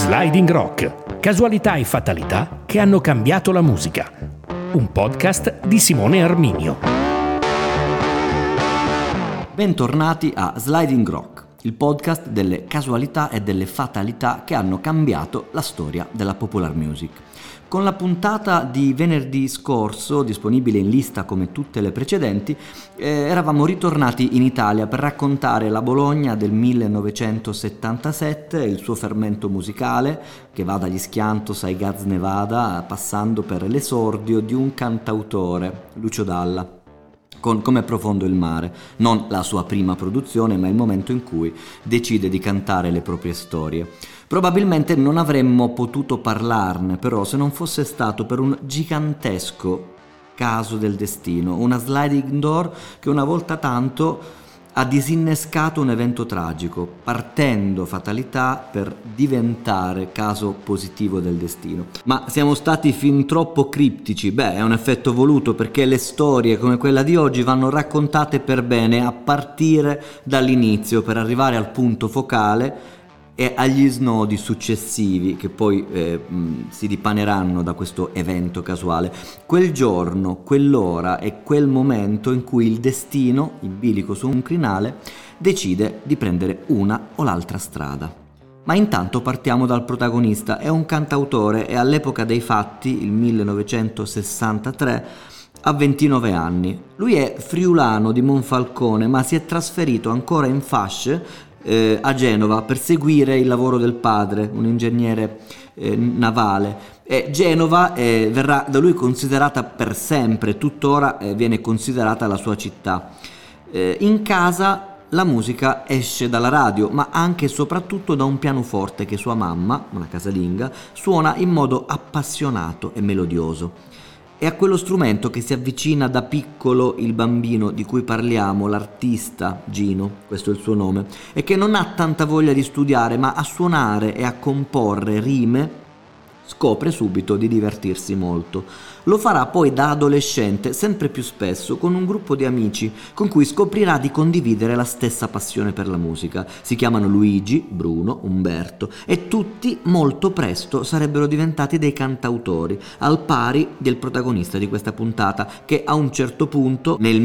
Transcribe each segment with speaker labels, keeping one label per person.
Speaker 1: Sliding Rock, casualità e fatalità che hanno cambiato la musica. Un podcast di Simone Arminio.
Speaker 2: Bentornati a Sliding Rock, il podcast delle casualità e delle fatalità che hanno cambiato la storia della popular music. Con la puntata di venerdì scorso, disponibile in lista come tutte le precedenti, eravamo ritornati in Italia per raccontare la Bologna del 1977, il suo fermento musicale, che va dagli Schiantos ai Gaz Nevada, passando per l'esordio di un cantautore, Lucio Dalla, con Come profondo il mare, non la sua prima produzione, ma il momento in cui decide di cantare le proprie storie. Probabilmente non avremmo potuto parlarne, però, se non fosse stato per un gigantesco caso del destino, una sliding door che una volta tanto ha disinnescato un evento tragico, partendo fatalità per diventare caso positivo del destino. Ma siamo stati fin troppo criptici. È un effetto voluto, perché le storie come quella di oggi vanno raccontate per bene, a partire dall'inizio, per arrivare al punto focale e agli snodi successivi che poi si dipaneranno da questo evento casuale. Quel giorno, quell'ora e quel momento in cui il destino, in bilico su un crinale, decide di prendere una o l'altra strada. Ma intanto partiamo dal protagonista. È un cantautore e all'epoca dei fatti, il 1963, ha 29 anni. Lui è friulano di Monfalcone, ma si è trasferito ancora in fasce a Genova per seguire il lavoro del padre, un ingegnere navale. Genova verrà da lui considerata per sempre, tuttora viene considerata la sua città. In casa la musica esce dalla radio, ma anche e soprattutto da un pianoforte che sua mamma, una casalinga, suona in modo appassionato e melodioso. È a quello strumento che si avvicina da piccolo il bambino di cui parliamo, l'artista Gino, questo è il suo nome, e che non ha tanta voglia di studiare, ma a suonare e a comporre rime scopre subito di divertirsi molto. Lo farà poi da adolescente sempre più spesso con un gruppo di amici con cui scoprirà di condividere la stessa passione per la musica. Si chiamano Luigi, Bruno, Umberto, e tutti molto presto sarebbero diventati dei cantautori, al pari del protagonista di questa puntata, che a un certo punto, nel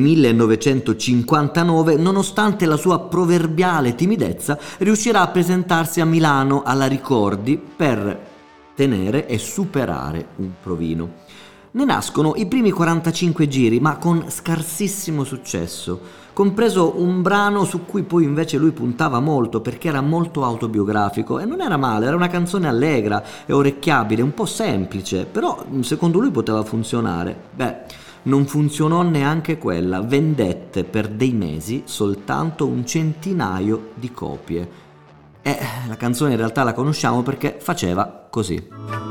Speaker 2: 1959, nonostante la sua proverbiale timidezza, riuscirà a presentarsi a Milano alla Ricordi per tenere e superare un provino. Ne nascono i primi 45 giri, ma con scarsissimo successo, compreso un brano su cui poi invece lui puntava molto, perché era molto autobiografico e non era male, era una canzone allegra e orecchiabile, un po' semplice, però secondo lui poteva funzionare. Non funzionò neanche quella, vendette per dei mesi soltanto un centinaio di copie. La canzone in realtà la conosciamo perché faceva così.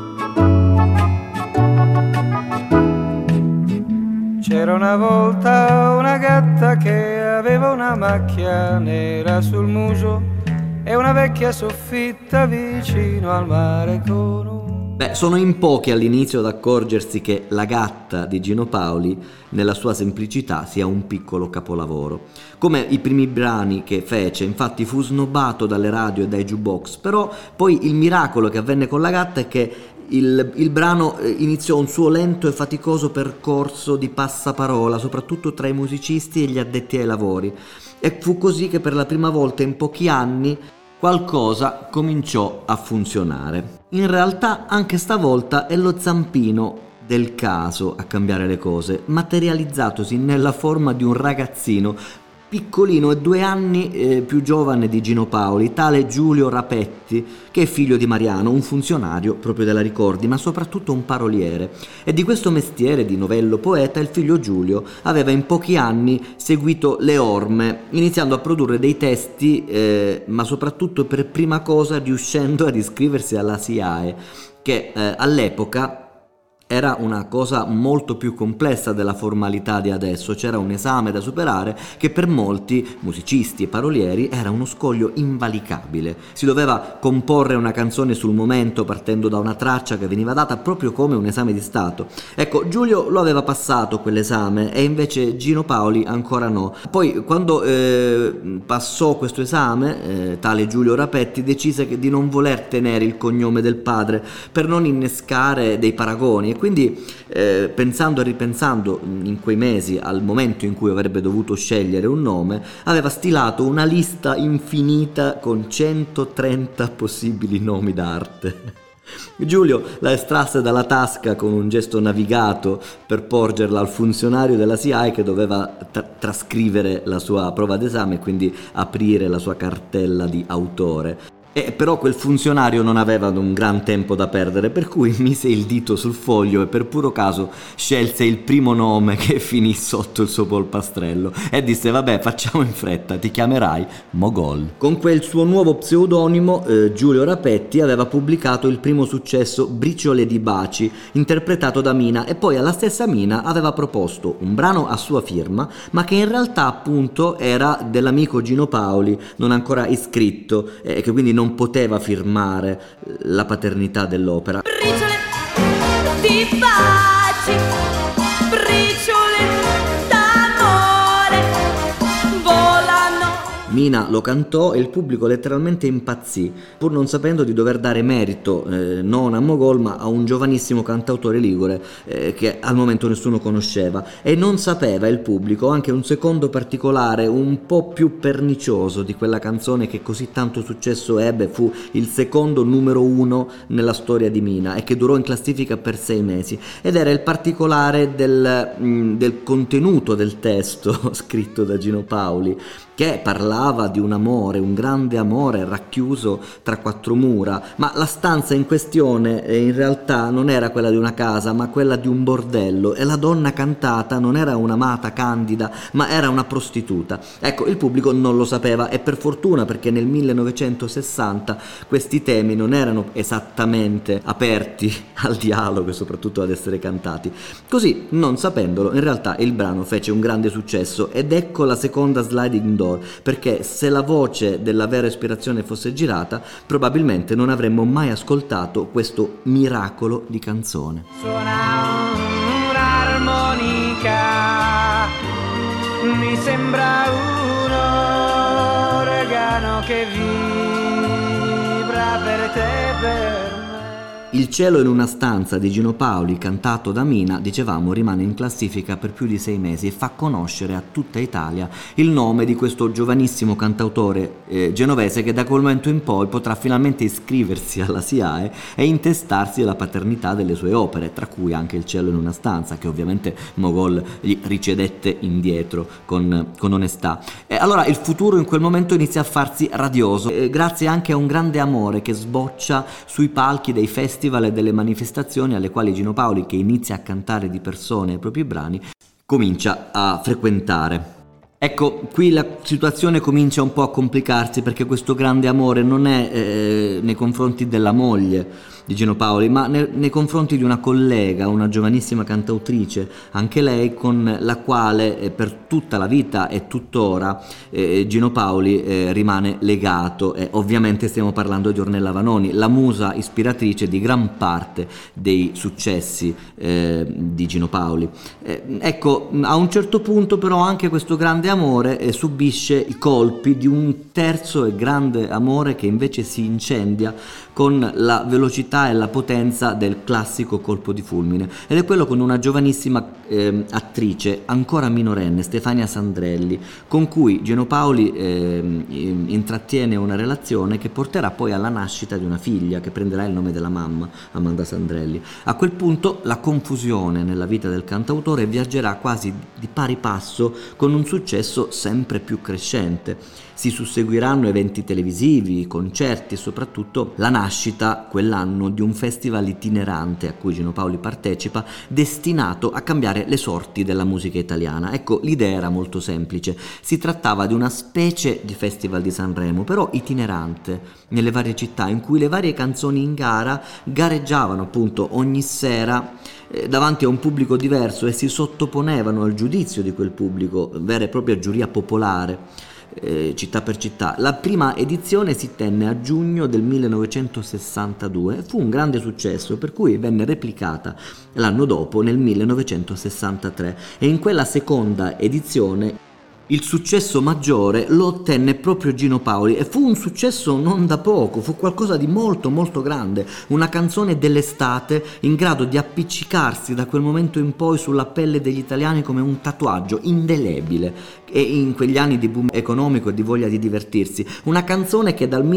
Speaker 3: C'era una volta una gatta che aveva una macchia nera sul muso e una vecchia soffitta vicino al mare con un...
Speaker 2: Sono in pochi all'inizio ad accorgersi che La gatta di Gino Paoli, nella sua semplicità, sia un piccolo capolavoro. Come i primi brani che fece, infatti fu snobbato dalle radio e dai jukebox, però poi il miracolo che avvenne con La gatta è che il brano iniziò un suo lento e faticoso percorso di passaparola, soprattutto tra i musicisti e gli addetti ai lavori, e fu così che per la prima volta in pochi anni qualcosa cominciò a funzionare. In realtà anche stavolta è lo zampino del caso a cambiare le cose, materializzatosi nella forma di un ragazzino piccolino e 2 anni più giovane di Gino Paoli, tale Giulio Rapetti, che è figlio di Mariano, un funzionario proprio della Ricordi, ma soprattutto un paroliere. E di questo mestiere di novello poeta il figlio Giulio aveva in pochi anni seguito le orme, iniziando a produrre dei testi, ma soprattutto per prima cosa riuscendo ad iscriversi alla SIAE, che all'epoca era una cosa molto più complessa della formalità di adesso, c'era un esame da superare che per molti musicisti e parolieri era uno scoglio invalicabile. Si doveva comporre una canzone sul momento partendo da una traccia che veniva data proprio come un esame di Stato. Ecco, Giulio lo aveva passato quell'esame e invece Gino Paoli ancora no. Poi quando passò questo esame, tale Giulio Rapetti decise di non voler tenere il cognome del padre per non innescare dei paragoni, e quindi pensando e ripensando in quei mesi al momento in cui avrebbe dovuto scegliere un nome, aveva stilato una lista infinita con 130 possibili nomi d'arte. Giulio la estrasse dalla tasca con un gesto navigato per porgerla al funzionario della SIAE che doveva trascrivere la sua prova d'esame e quindi aprire la sua cartella di autore. Però quel funzionario non aveva un gran tempo da perdere, per cui mise il dito sul foglio e per puro caso scelse il primo nome che finì sotto il suo polpastrello e disse: vabbè, facciamo in fretta, ti chiamerai Mogol. Con quel suo nuovo pseudonimo Giulio Rapetti aveva pubblicato il primo successo Briciole di baci, interpretato da Mina, e poi alla stessa Mina aveva proposto un brano a sua firma ma che in realtà appunto era dell'amico Gino Paoli, non ancora iscritto, che quindi non poteva firmare la paternità dell'opera.
Speaker 4: Briciole di baci, briciole d'amore volano.
Speaker 2: Mina lo cantò e il pubblico letteralmente impazzì, pur non sapendo di dover dare merito non a Mogol ma a un giovanissimo cantautore ligure che al momento nessuno conosceva. E non sapeva il pubblico anche un secondo particolare un po' più pernicioso di quella canzone che così tanto successo ebbe, fu il secondo numero 1 nella storia di Mina e che durò in classifica per 6 mesi, ed era il particolare del contenuto del testo scritto da Gino Paoli, che parlava di un amore, un grande amore racchiuso tra 4 mura, ma la stanza in questione in realtà non era quella di una casa ma quella di un bordello, e la donna cantata non era un'amata candida ma era una prostituta. Ecco, il pubblico non lo sapeva, e per fortuna, perché nel 1960 questi temi non erano esattamente aperti al dialogo e soprattutto ad essere cantati. Così, non sapendolo, in realtà il brano fece un grande successo, ed ecco la seconda sliding door, perché se la voce della vera ispirazione fosse girata, probabilmente non avremmo mai ascoltato questo miracolo di canzone.
Speaker 3: Suona un'armonica, mi sembra un organo che vibra per te, per me.
Speaker 2: Il cielo in una stanza di Gino Paoli, cantato da Mina, dicevamo, rimane in classifica per più di 6 mesi e fa conoscere a tutta Italia il nome di questo giovanissimo cantautore genovese che da quel momento in poi potrà finalmente iscriversi alla SIAE e intestarsi alla paternità delle sue opere, tra cui anche Il cielo in una stanza, che ovviamente Mogol gli ricedette indietro con onestà. E allora il futuro in quel momento inizia a farsi radioso, grazie anche a un grande amore che sboccia sui palchi dei festival e delle manifestazioni alle quali Gino Paoli, che inizia a cantare di persona i propri brani, comincia a frequentare. Ecco, qui la situazione comincia un po' a complicarsi, perché questo grande amore non è nei confronti della moglie di Gino Paoli, ma nei confronti di una collega, una giovanissima cantautrice, anche lei con la quale per tutta la vita e tuttora Gino Paoli rimane legato. Ovviamente stiamo parlando di Ornella Vanoni, la musa ispiratrice di gran parte dei successi di Gino Paoli. Ecco, a un certo punto però anche questo grande amore subisce i colpi di un terzo e grande amore che invece si incendia con la velocità e la potenza del classico colpo di fulmine, ed è quello con una giovanissima attrice ancora minorenne, Stefania Sandrelli, con cui Gino Paoli intrattiene una relazione che porterà poi alla nascita di una figlia che prenderà il nome della mamma, Amanda Sandrelli. A quel punto la confusione nella vita del cantautore viaggerà quasi di pari passo con un successo sempre più crescente. Si susseguiranno eventi televisivi, concerti e soprattutto la nascita quell'anno di un festival itinerante a cui Gino Paoli partecipa, destinato a cambiare le sorti della musica italiana. Ecco, l'idea era molto semplice: si trattava di una specie di festival di Sanremo, però itinerante nelle varie città, in cui le varie canzoni in gara gareggiavano appunto ogni sera davanti a un pubblico diverso, e si sottoponevano al giudizio di quel pubblico, vera e propria giuria popolare, città per città. La prima edizione si tenne a giugno del 1962, fu un grande successo, per cui venne replicata l'anno dopo, nel 1963, e in quella seconda edizione il successo maggiore lo ottenne proprio Gino Paoli, e fu un successo non da poco, fu qualcosa di molto molto grande, una canzone dell'estate in grado di appiccicarsi da quel momento in poi sulla pelle degli italiani come un tatuaggio indelebile, e in quegli anni di boom economico e di voglia di divertirsi, una canzone che dal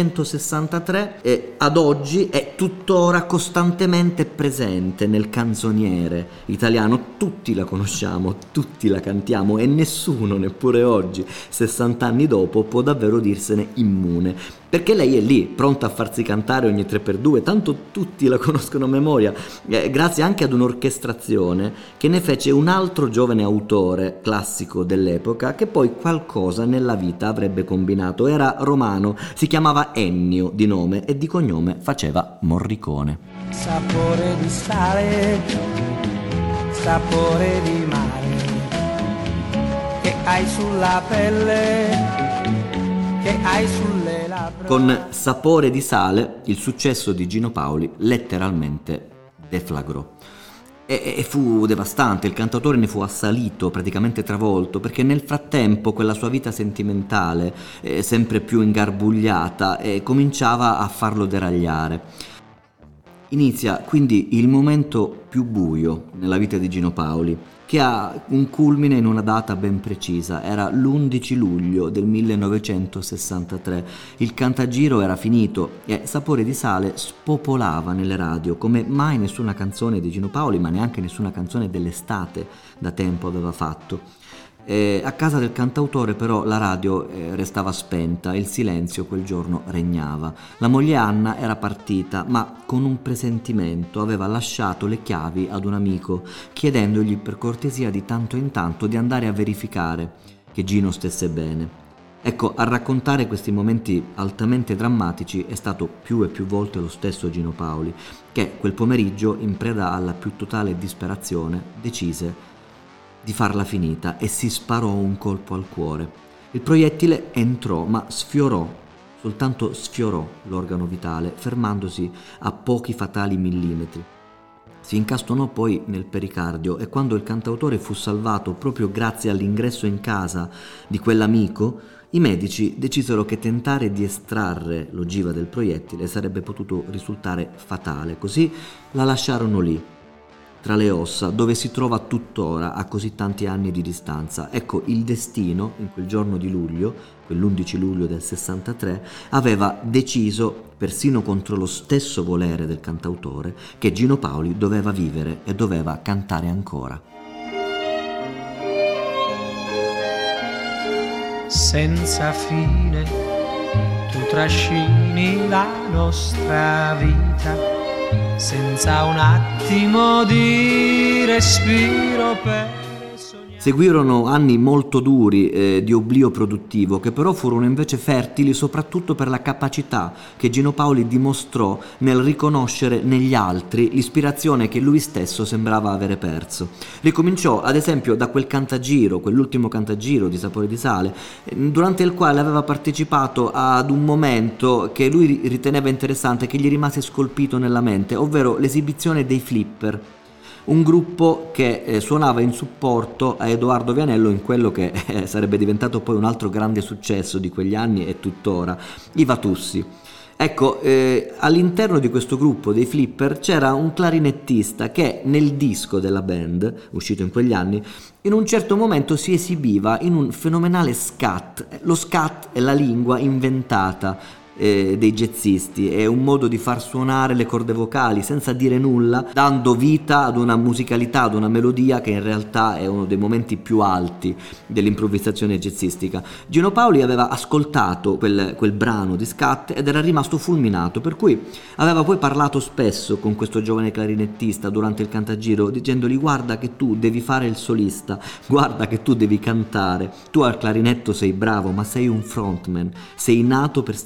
Speaker 2: 1963 ad oggi è tuttora costantemente presente nel canzoniere italiano. Tutti la conosciamo, tutti la cantiamo, e nessuno, neppure oggi, 60 anni dopo, può davvero dirsene immune, perché lei è lì, pronta a farsi cantare ogni 3x2, tanto tutti la conoscono a memoria, grazie anche ad un'orchestrazione che ne fece un altro giovane autore classico dell'epoca, che poi qualcosa nella vita avrebbe combinato. Era romano, si chiamava Ennio di nome e di cognome faceva Morricone.
Speaker 3: Sapore di sale, sapore di mare, che hai sulla pelle, che hai sulle labbra.
Speaker 2: Con Sapore di sale il successo di Gino Paoli letteralmente deflagrò. E fu devastante, il cantautore ne fu assalito, praticamente travolto, perché nel frattempo quella sua vita sentimentale, sempre più ingarbugliata, cominciava a farlo deragliare. Inizia quindi il momento più buio nella vita di Gino Paoli, che ha un culmine in una data ben precisa. Era l'11 luglio del 1963. Il Cantagiro era finito e Sapore di sale spopolava nelle radio come mai nessuna canzone di Gino Paoli, ma neanche nessuna canzone dell'estate da tempo aveva fatto. A casa del cantautore però la radio restava spenta, il silenzio quel giorno regnava. La moglie Anna era partita, ma con un presentimento aveva lasciato le chiavi ad un amico, chiedendogli per cortesia di tanto in tanto di andare a verificare che Gino stesse bene. Ecco, a raccontare questi momenti altamente drammatici è stato più e più volte lo stesso Gino Paoli, che quel pomeriggio, in preda alla più totale disperazione, decise di farla finita e si sparò un colpo al cuore. Il proiettile entrò, ma soltanto sfiorò l'organo vitale, fermandosi a pochi fatali millimetri. Si incastonò poi nel pericardio, e quando il cantautore fu salvato proprio grazie all'ingresso in casa di quell'amico, i medici decisero che tentare di estrarre l'ogiva del proiettile sarebbe potuto risultare fatale, così la lasciarono lì, tra le ossa, dove si trova tuttora a così tanti anni di distanza. Ecco, il destino, in quel giorno di luglio, quell'11 luglio del 63, aveva deciso, persino contro lo stesso volere del cantautore, che Gino Paoli doveva vivere e doveva cantare ancora.
Speaker 3: Senza fine tu trascini la nostra vita, senza un attimo di respiro per sognare.
Speaker 2: Seguirono anni molto duri di oblio produttivo, che però furono invece fertili soprattutto per la capacità che Gino Paoli dimostrò nel riconoscere negli altri l'ispirazione che lui stesso sembrava avere perso. Ricominciò ad esempio da quel Cantagiro, quell'ultimo Cantagiro di Sapore di sale, durante il quale aveva partecipato ad un momento che lui riteneva interessante, che gli rimase scolpito nella mente, ovvero l'esibizione dei Flipper, un gruppo che suonava in supporto a Edoardo Vianello in quello che sarebbe diventato poi un altro grande successo di quegli anni e tuttora, i Vatussi. Ecco, all'interno di questo gruppo dei Flipper c'era un clarinettista che nel disco della band, uscito in quegli anni, in un certo momento si esibiva in un fenomenale scat. Lo scat è la lingua inventata dei jazzisti, è un modo di far suonare le corde vocali senza dire nulla, dando vita ad una musicalità, ad una melodia che in realtà è uno dei momenti più alti dell'improvvisazione jazzistica. Gino Paoli aveva ascoltato quel brano di scat ed era rimasto fulminato, per cui aveva poi parlato spesso con questo giovane clarinettista durante il Cantagiro, dicendogli: guarda che tu devi fare il solista, guarda che tu devi cantare, tu al clarinetto sei bravo, ma sei un frontman, sei nato per stare davanti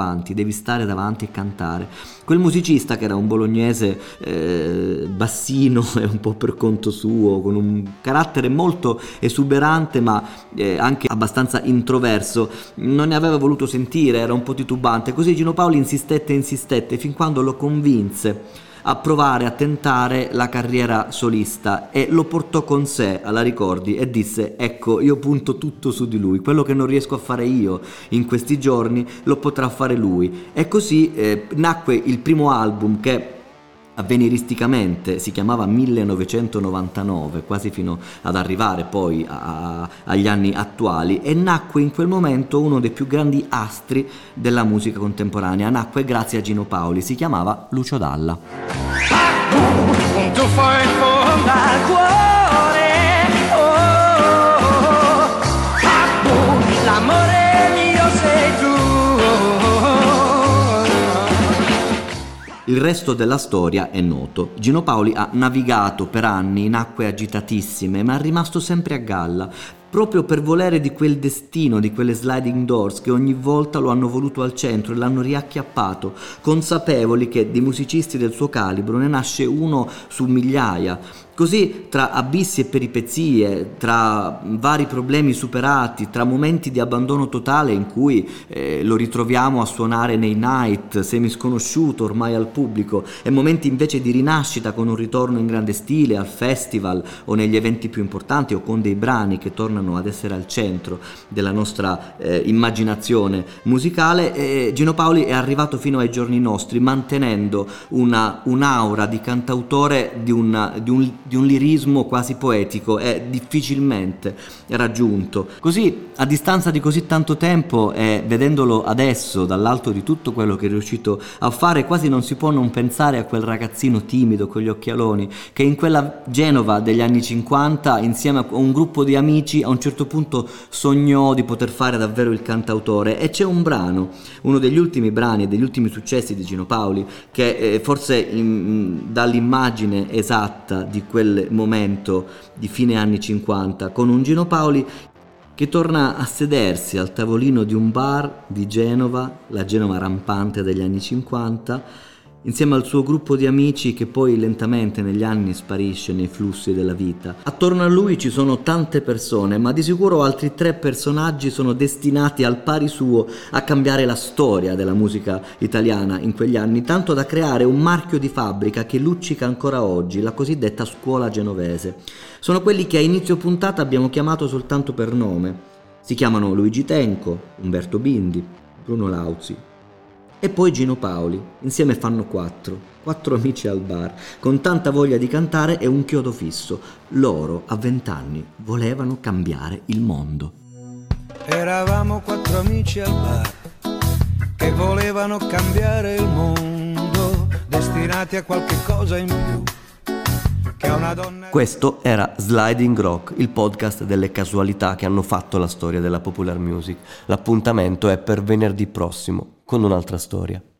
Speaker 2: davanti, devi stare davanti e cantare. Quel musicista, che era un bolognese bassino e un po' per conto suo, con un carattere molto esuberante ma anche abbastanza introverso, non ne aveva voluto sentire, era un po' titubante. Così Gino Paoli insistette fin quando lo convinse a provare a tentare la carriera solista e lo portò con sé alla Ricordi e disse: ecco, io punto tutto su di lui, quello che non riesco a fare io in questi giorni lo potrà fare lui. E così nacque il primo album, che avveniristicamente si chiamava 1999, quasi fino ad arrivare poi agli anni attuali, e nacque in quel momento uno dei più grandi astri della musica contemporanea. Nacque grazie a Gino Paoli, si chiamava Lucio Dalla.
Speaker 3: Un tuffo in fondo al cuore, l'amore mio sei tu.
Speaker 2: Il resto della storia è noto. Gino Paoli ha navigato per anni in acque agitatissime, ma è rimasto sempre a galla, proprio per volere di quel destino, di quelle sliding doors che ogni volta lo hanno voluto al centro e l'hanno riacchiappato, consapevoli che di musicisti del suo calibro ne nasce uno su migliaia. Così, tra abissi e peripezie, tra vari problemi superati, tra momenti di abbandono totale in cui lo ritroviamo a suonare nei night, semisconosciuto ormai al pubblico, e momenti invece di rinascita con un ritorno in grande stile al festival o negli eventi più importanti, o con dei brani che tornano ad essere al centro della nostra immaginazione musicale, Gino Paoli è arrivato fino ai giorni nostri, mantenendo un'aura di cantautore di un lirismo quasi poetico e difficilmente raggiunto. Così, a distanza di così tanto tempo e vedendolo adesso dall'alto di tutto quello che è riuscito a fare, quasi non si può non pensare a quel ragazzino timido con gli occhialoni che in quella Genova degli anni 50, insieme a un gruppo di amici, a un certo punto sognò di poter fare davvero il cantautore. E c'è un brano, uno degli ultimi brani e degli ultimi successi di Gino Paoli, che forse dà l'immagine esatta di quel momento di fine anni 50, con un Gino Paoli che torna a sedersi al tavolino di un bar di Genova, la Genova rampante degli anni 50, insieme al suo gruppo di amici che poi lentamente negli anni sparisce nei flussi della vita. Attorno a lui ci sono tante persone, ma di sicuro altri 3 personaggi sono destinati al pari suo a cambiare la storia della musica italiana in quegli anni, tanto da creare un marchio di fabbrica che luccica ancora oggi, la cosiddetta scuola genovese. Sono quelli che a inizio puntata abbiamo chiamato soltanto per nome. Si chiamano Luigi Tenco, Umberto Bindi, Bruno Lauzi e poi Gino Paoli. Insieme fanno 4 amici al bar, con tanta voglia di cantare e un chiodo fisso. Loro a 20 anni volevano cambiare il mondo.
Speaker 3: Eravamo 4 amici al bar che volevano cambiare il mondo, destinati a qualche cosa in più.
Speaker 2: Questo era Sliding Rock, il podcast delle casualità che hanno fatto la storia della popular music. L'appuntamento è per venerdì prossimo con un'altra storia.